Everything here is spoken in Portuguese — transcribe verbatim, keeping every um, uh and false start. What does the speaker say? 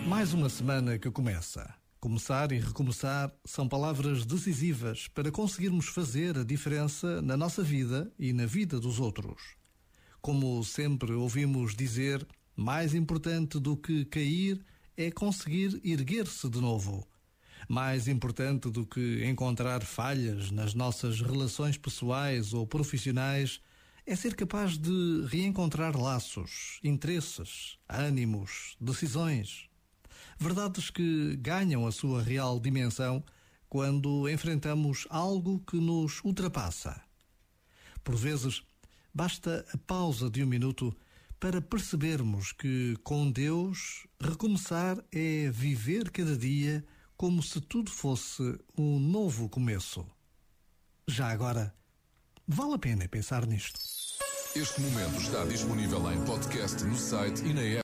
Mais uma semana que começa. Começar e recomeçar são palavras decisivas para conseguirmos fazer a diferença na nossa vida e na vida dos outros. Como sempre ouvimos dizer, mais importante do que cair é conseguir erguer-se de novo. Mais importante do que encontrar falhas nas nossas relações pessoais ou profissionais é ser capaz de reencontrar laços, interesses, ânimos, decisões. Verdades que ganham a sua real dimensão quando enfrentamos algo que nos ultrapassa. Por vezes, basta a pausa de um minuto para percebermos que, com Deus, recomeçar é viver cada dia como se tudo fosse um novo começo. Já agora, vale a pena pensar nisto. Este momento está disponível em podcast no site e na app.